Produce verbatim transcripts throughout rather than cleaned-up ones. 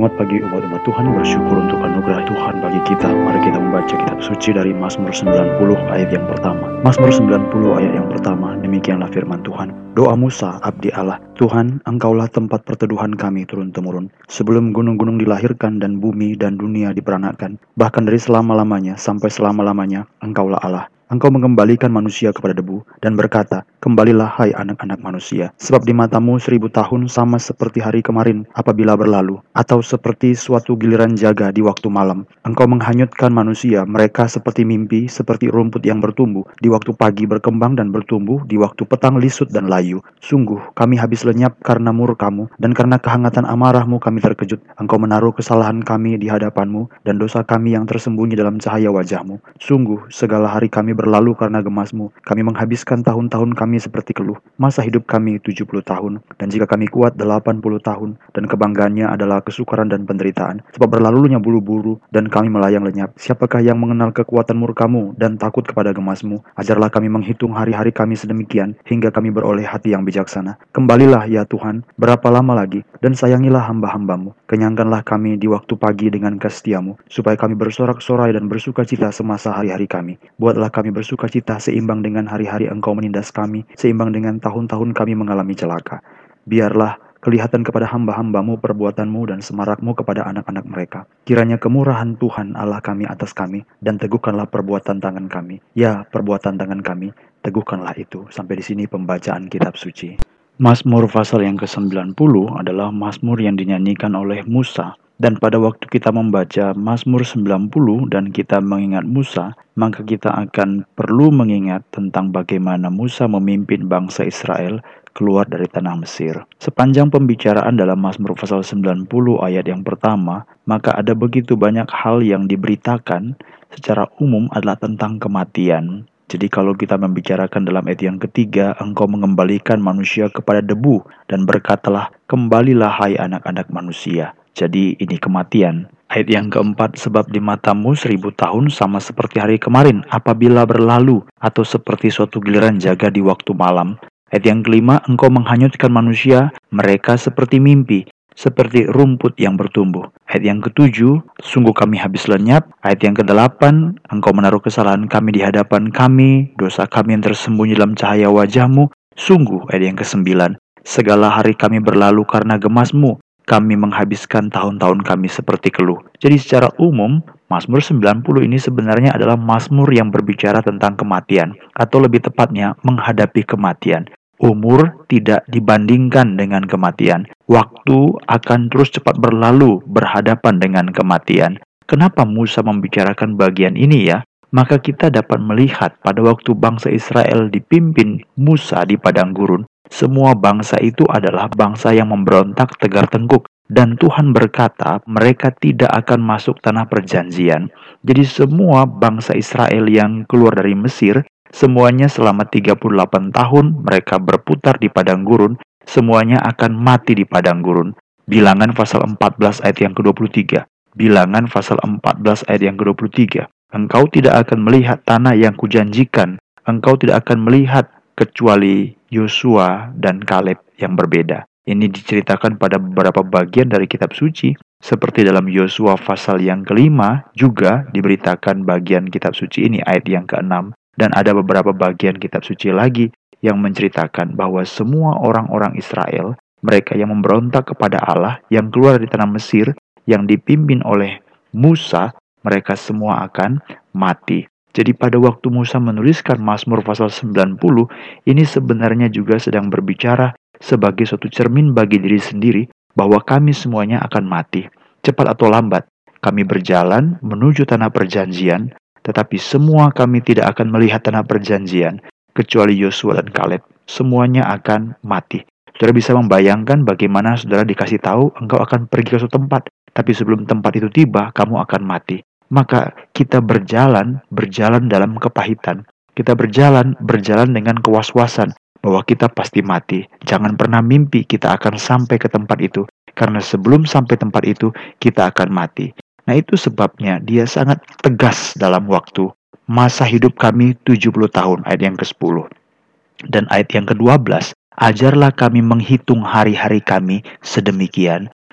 Selamat pagi umat-umat Tuhan, bersyukur untuk anugerah Tuhan bagi kita. Mari kita membaca kitab suci dari Mazmur sembilan puluh ayat yang pertama. Mazmur sembilan puluh ayat yang pertama, demikianlah firman Tuhan. Doa Musa, abdi Allah. Tuhan, Engkaulah tempat perteduhan kami turun-temurun. Sebelum gunung-gunung dilahirkan dan bumi dan dunia diperanakkan, bahkan dari selama-lamanya sampai selama-lamanya, Engkaulah Allah. Engkau mengembalikan manusia kepada debu dan berkata, kembalilah hai anak-anak manusia. Sebab di matamu seribu tahun sama seperti hari kemarin apabila berlalu, atau seperti suatu giliran jaga di waktu malam. Engkau menghanyutkan manusia, mereka seperti mimpi, seperti rumput yang bertumbuh, di waktu pagi berkembang dan bertumbuh, di waktu petang lisut dan layu. Sungguh, kami habis lenyap karena murkamu, dan karena kehangatan amarahmu kami terkejut. Engkau menaruh kesalahan kami di hadapanmu, dan dosa kami yang tersembunyi dalam cahaya wajahmu. Sungguh, segala hari kami berlalu karena gemasmu. Kami menghabiskan tahun-tahun kami seperti keluh. Masa hidup kami tujuh puluh tahun, dan jika kami kuat delapan puluh tahun, dan kebanggaannya adalah kesukaran dan penderitaan. Sebab berlalunya buru-buru, dan kami melayang lenyap. Siapakah yang mengenal kekuatan murkamu dan takut kepada gemasmu? Ajarlah kami menghitung hari-hari kami sedemikian, hingga kami beroleh hati yang bijaksana. Kembalilah ya Tuhan, berapa lama lagi? Dan sayangilah hamba-hambamu. Kenyangkanlah kami di waktu pagi dengan kasih-Mu, supaya kami bersorak-sorai dan bersuka cita semasa hari-hari kami. Buatlah kami bersuka cita seimbang dengan hari-hari Engkau menindas kami, seimbang dengan tahun-tahun kami mengalami celaka. Biarlah kelihatan kepada hamba-hambamu perbuatanmu dan semarakmu kepada anak-anak mereka. Kiranya kemurahan Tuhan Allah kami atas kami, dan teguhkanlah perbuatan tangan kami. Ya, perbuatan tangan kami, teguhkanlah itu. Sampai di sini pembacaan kitab suci. Mazmur pasal yang ke sembilan puluh adalah mazmur yang dinyanyikan oleh Musa. Dan pada waktu kita membaca Mazmur sembilan puluh dan kita mengingat Musa, maka kita akan perlu mengingat tentang bagaimana Musa memimpin bangsa Israel keluar dari tanah Mesir. Sepanjang pembicaraan dalam Mazmur pasal sembilan puluh ayat yang pertama, maka ada begitu banyak hal yang diberitakan secara umum adalah tentang kematian. Jadi kalau kita membicarakan dalam ayat yang ketiga, Engkau mengembalikan manusia kepada debu dan berkatalah, kembalilah hai anak-anak manusia. Jadi ini kematian. Ayat yang keempat, sebab di matamu seribu tahun sama seperti hari kemarin apabila berlalu, atau seperti suatu giliran jaga di waktu malam. Ayat yang kelima, Engkau menghanyutkan manusia, mereka seperti mimpi, seperti rumput yang bertumbuh. Ayat yang ketujuh, sungguh kami habis lenyap. Ayat yang kedelapan, Engkau menaruh kesalahan kami di hadapan kami, dosa kami yang tersembunyi dalam cahaya wajahmu. Sungguh, ayat yang kesembilan, segala hari kami berlalu karena gemasmu, kami menghabiskan tahun-tahun kami seperti keluh. Jadi secara umum, Mazmur sembilan puluh ini sebenarnya adalah mazmur yang berbicara tentang kematian, atau lebih tepatnya menghadapi kematian. Umur tidak dibandingkan dengan kematian. Waktu akan terus cepat berlalu berhadapan dengan kematian. Kenapa Musa membicarakan bagian ini ya? Maka kita dapat melihat pada waktu bangsa Israel dipimpin Musa di padang gurun, semua bangsa itu adalah bangsa yang memberontak tegar tengkuk. Dan Tuhan berkata mereka tidak akan masuk tanah perjanjian. Jadi semua bangsa Israel yang keluar dari Mesir, semuanya selama tiga puluh delapan tahun mereka berputar di padang gurun, semuanya akan mati di padang gurun. Bilangan pasal empat belas ayat yang ke dua puluh tiga. Bilangan pasal empat belas ayat yang ke dua puluh tiga. Engkau tidak akan melihat tanah yang kujanjikan. Engkau tidak akan melihat kecuali Yosua dan Kaleb yang berbeda. Ini diceritakan pada beberapa bagian dari kitab suci. Seperti dalam Yosua pasal yang kelima juga diberitakan bagian kitab suci ini ayat yang keenam. Dan ada beberapa bagian kitab suci lagi yang menceritakan bahwa semua orang-orang Israel, mereka yang memberontak kepada Allah, yang keluar dari tanah Mesir, yang dipimpin oleh Musa, mereka semua akan mati. Jadi pada waktu Musa menuliskan Mazmur pasal sembilan puluh, ini sebenarnya juga sedang berbicara sebagai suatu cermin bagi diri sendiri bahwa kami semuanya akan mati. Cepat atau lambat, kami berjalan menuju tanah perjanjian, tetapi semua kami tidak akan melihat tanah perjanjian, kecuali Yosua dan Kaleb. Semuanya akan mati. Saudara bisa membayangkan bagaimana saudara dikasih tahu engkau akan pergi ke suatu tempat, tapi sebelum tempat itu tiba, kamu akan mati. Maka kita berjalan, berjalan dalam kepahitan. Kita berjalan, berjalan dengan kewas-wasan bahwa kita pasti mati. Jangan pernah mimpi kita akan sampai ke tempat itu, karena sebelum sampai tempat itu, kita akan mati. Nah itu sebabnya dia sangat tegas dalam waktu. Masa hidup kami tujuh puluh tahun, ayat yang kesepuluh. Dan ayat yang kedua belas, ajarlah kami menghitung hari-hari kami sedemikian,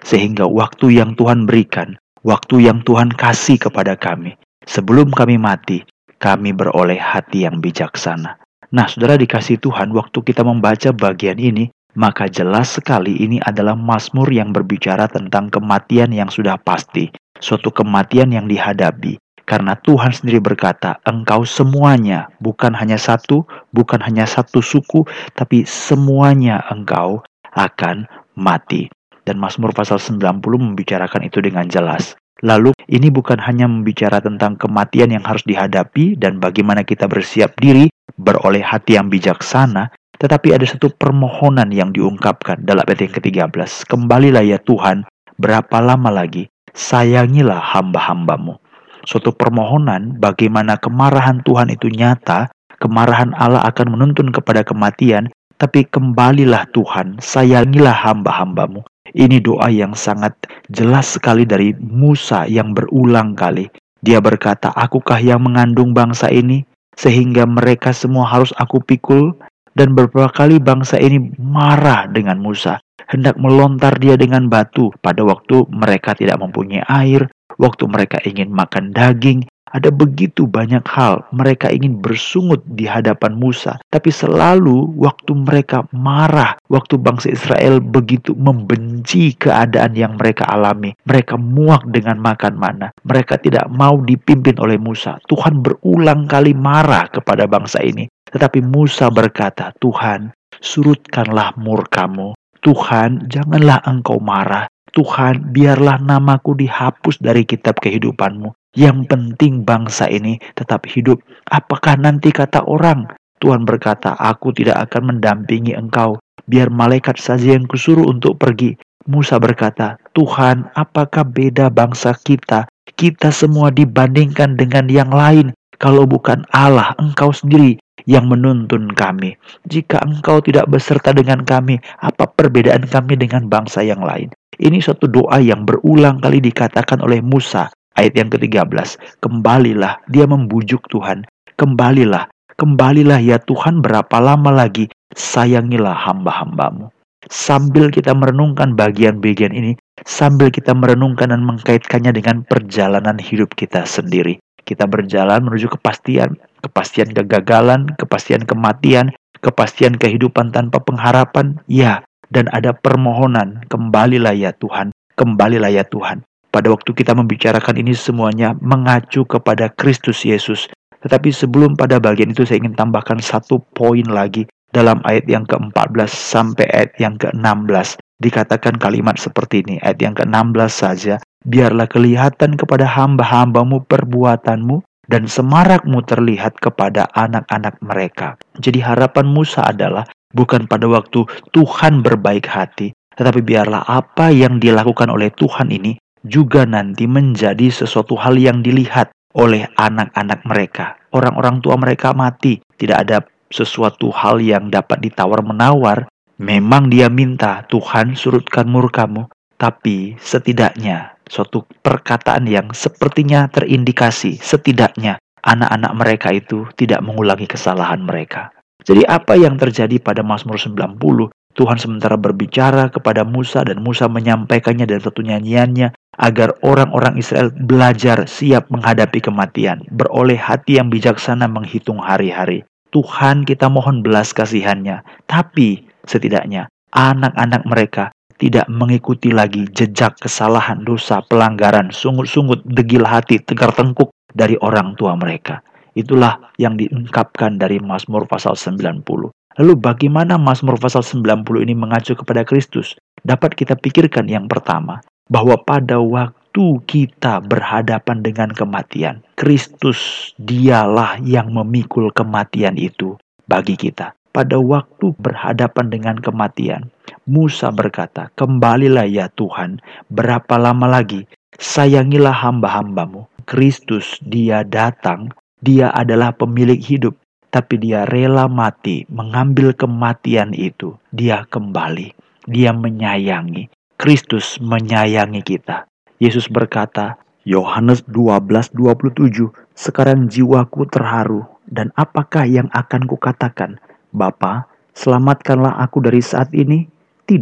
Sehingga waktu yang Tuhan berikan, waktu yang Tuhan kasih kepada kami, sebelum kami mati, kami beroleh hati yang bijaksana. Nah, saudara dikasih Tuhan, waktu kita membaca bagian ini, maka jelas sekali ini adalah Mazmur yang berbicara tentang kematian yang sudah pasti. Suatu kematian yang dihadapi. Karena Tuhan sendiri berkata, engkau semuanya, bukan hanya satu, bukan hanya satu suku, tapi semuanya engkau akan mati. Dan Mazmur pasal sembilan puluh membicarakan itu dengan jelas. Lalu ini bukan hanya membicara tentang kematian yang harus dihadapi dan bagaimana kita bersiap diri, beroleh hati yang bijaksana, tetapi ada satu permohonan yang diungkapkan dalam ayat yang ketiga belas. Kembalilah ya Tuhan, berapa lama lagi? Sayangilah hamba-hambamu. Suatu permohonan bagaimana kemarahan Tuhan itu nyata, kemarahan Allah akan menuntun kepada kematian, tapi kembalilah Tuhan, sayangilah hamba-hambamu. Ini doa yang sangat jelas sekali dari Musa yang berulang kali. Dia berkata, akukah yang mengandung bangsa ini, sehingga mereka semua harus aku pikul? Dan beberapa kali bangsa ini marah dengan Musa, hendak melontar dia dengan batu pada waktu mereka tidak mempunyai air, waktu mereka ingin makan daging. Ada begitu banyak hal mereka ingin bersungut di hadapan Musa. Tapi selalu waktu mereka marah, waktu bangsa Israel begitu membenci keadaan yang mereka alami, mereka muak dengan makan mana. Mereka tidak mau dipimpin oleh Musa. Tuhan berulang kali marah kepada bangsa ini. Tetapi Musa berkata, Tuhan, surutkanlah murkamu. Tuhan, janganlah engkau marah. Tuhan, biarlah namaku dihapus dari kitab kehidupanmu. Yang penting bangsa ini tetap hidup. Apakah nanti kata orang? Tuhan berkata, aku tidak akan mendampingi engkau. Biar malaikat saja yang kusuruh untuk pergi. Musa berkata, Tuhan, apakah beda bangsa kita? Kita semua dibandingkan dengan yang lain. Kalau bukan Allah, engkau sendiri yang menuntun kami. Jika engkau tidak beserta dengan kami, apa perbedaan kami dengan bangsa yang lain? Ini suatu doa yang berulang kali dikatakan oleh Musa. Ayat yang ketiga belas, kembalilah, dia membujuk Tuhan, kembalilah, kembalilah ya Tuhan, berapa lama lagi, sayangilah hamba-hambamu. Sambil kita merenungkan bagian-bagian ini, sambil kita merenungkan dan mengkaitkannya dengan perjalanan hidup kita sendiri. Kita berjalan menuju kepastian, kepastian kegagalan, kepastian kematian, kepastian kehidupan tanpa pengharapan, ya, dan ada permohonan, kembalilah ya Tuhan, kembalilah ya Tuhan. Pada waktu kita membicarakan ini semuanya mengacu kepada Kristus Yesus. Tetapi sebelum pada bagian itu saya ingin tambahkan satu poin lagi. Dalam ayat yang ke empat belas sampai ayat yang ke enam belas. Dikatakan kalimat seperti ini. Ayat yang ke enam belas saja. Biarlah kelihatan kepada hamba-hambamu perbuatanmu, dan semarakmu terlihat kepada anak-anak mereka. Jadi harapan Musa adalah bukan pada waktu Tuhan berbaik hati, tetapi biarlah apa yang dilakukan oleh Tuhan ini juga nanti menjadi sesuatu hal yang dilihat oleh anak-anak mereka. Orang-orang tua mereka mati. Tidak ada sesuatu hal yang dapat ditawar-menawar. Memang dia minta, Tuhan surutkan murkamu. Tapi setidaknya suatu perkataan yang sepertinya terindikasi. Setidaknya anak-anak mereka itu tidak mengulangi kesalahan mereka. Jadi apa yang terjadi pada Mazmur sembilan puluh? Tuhan sementara berbicara kepada Musa dan Musa menyampaikannya dalam satu nyanyiannya agar orang-orang Israel belajar siap menghadapi kematian, beroleh hati yang bijaksana menghitung hari-hari. Tuhan, kita mohon belas kasihan-Nya, tapi setidaknya anak-anak mereka tidak mengikuti lagi jejak kesalahan, dosa, pelanggaran, sungut-sungut, degil hati, tegar tengkuk dari orang tua mereka. Itulah yang diungkapkan dari Mazmur pasal sembilan puluh. Lalu bagaimana Mazmur pasal sembilan puluh ini mengacu kepada Kristus? Dapat kita pikirkan yang pertama, bahwa pada waktu kita berhadapan dengan kematian, Kristus dialah yang memikul kematian itu bagi kita. Pada waktu berhadapan dengan kematian, Musa berkata, kembalilah ya Tuhan, berapa lama lagi, sayangilah hamba-hambamu. Kristus, dia datang, dia adalah pemilik hidup. Tapi dia rela mati, mengambil kematian itu. Dia kembali, dia menyayangi. Kristus menyayangi kita. Yesus berkata, Yohanes dua belas dua puluh tujuh, sekarang jiwaku terharu, dan apakah yang akan kukatakan? Bapa, selamatkanlah aku dari saat ini? Tidak,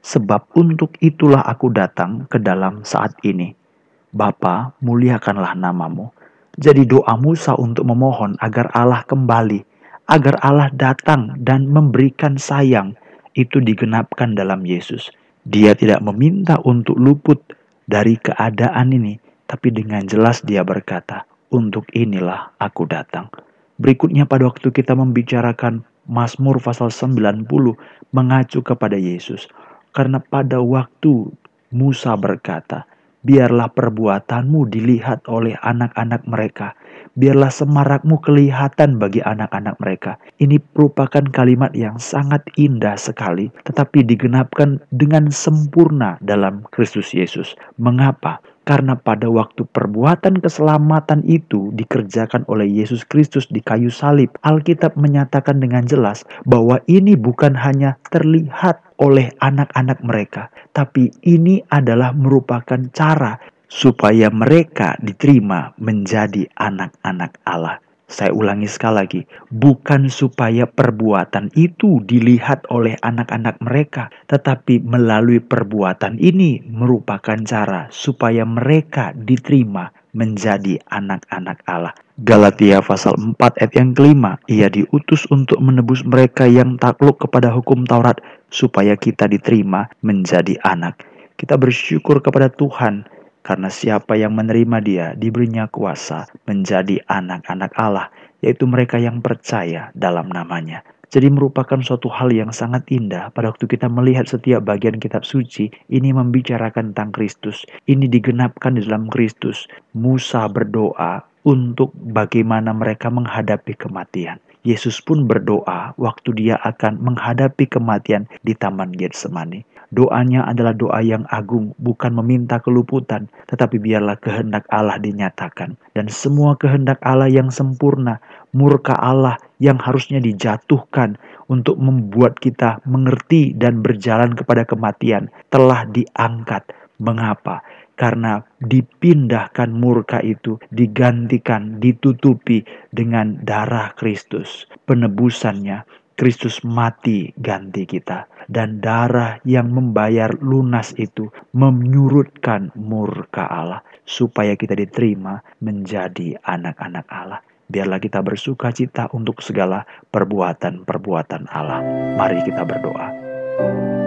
Sebab untuk itulah aku datang ke dalam saat ini. Bapa, muliakanlah namamu. Jadi doa Musa untuk memohon agar Allah kembali, agar Allah datang dan memberikan sayang, itu digenapkan dalam Yesus. Dia tidak meminta untuk luput dari keadaan ini, tapi dengan jelas dia berkata, untuk inilah aku datang. Berikutnya pada waktu kita membicarakan Mazmur pasal sembilan puluh mengacu kepada Yesus. Karena pada waktu Musa berkata, biarlah perbuatanmu dilihat oleh anak-anak mereka. Biarlah semarakmu kelihatan bagi anak-anak mereka. Ini merupakan kalimat yang sangat indah sekali, tetapi digenapkan dengan sempurna dalam Kristus Yesus. Mengapa? Karena pada waktu perbuatan keselamatan itu dikerjakan oleh Yesus Kristus di kayu salib, Alkitab menyatakan dengan jelas bahwa ini bukan hanya terlihat oleh anak-anak mereka, tapi ini adalah merupakan cara supaya mereka diterima menjadi anak-anak Allah. Saya ulangi sekali lagi, bukan supaya perbuatan itu dilihat oleh anak-anak mereka, tetapi melalui perbuatan ini merupakan cara supaya mereka diterima menjadi anak-anak Allah. Galatia pasal empat ayat yang kelima, ia diutus untuk menebus mereka yang takluk kepada hukum Taurat, supaya kita diterima menjadi anak. Kita bersyukur kepada Tuhan, karena siapa yang menerima dia diberinya kuasa menjadi anak-anak Allah, yaitu mereka yang percaya dalam namanya. Jadi merupakan suatu hal yang sangat indah pada waktu kita melihat setiap bagian kitab suci. Ini membicarakan tentang Kristus. Ini digenapkan di dalam Kristus. Musa berdoa untuk bagaimana mereka menghadapi kematian. Yesus pun berdoa waktu dia akan menghadapi kematian di Taman Getsemani. Doanya adalah doa yang agung, bukan meminta keluputan, tetapi biarlah kehendak Allah dinyatakan. Dan semua kehendak Allah yang sempurna, murka Allah yang harusnya dijatuhkan untuk membuat kita mengerti dan berjalan kepada kematian, telah diangkat. Mengapa? Karena dipindahkan murka itu, digantikan, ditutupi dengan darah Kristus. Penebusannya, Kristus mati ganti kita. Dan darah yang membayar lunas itu menyurutkan murka Allah, supaya kita diterima menjadi anak-anak Allah. Biarlah kita bersuka cita untuk segala perbuatan-perbuatan Allah. Mari kita berdoa.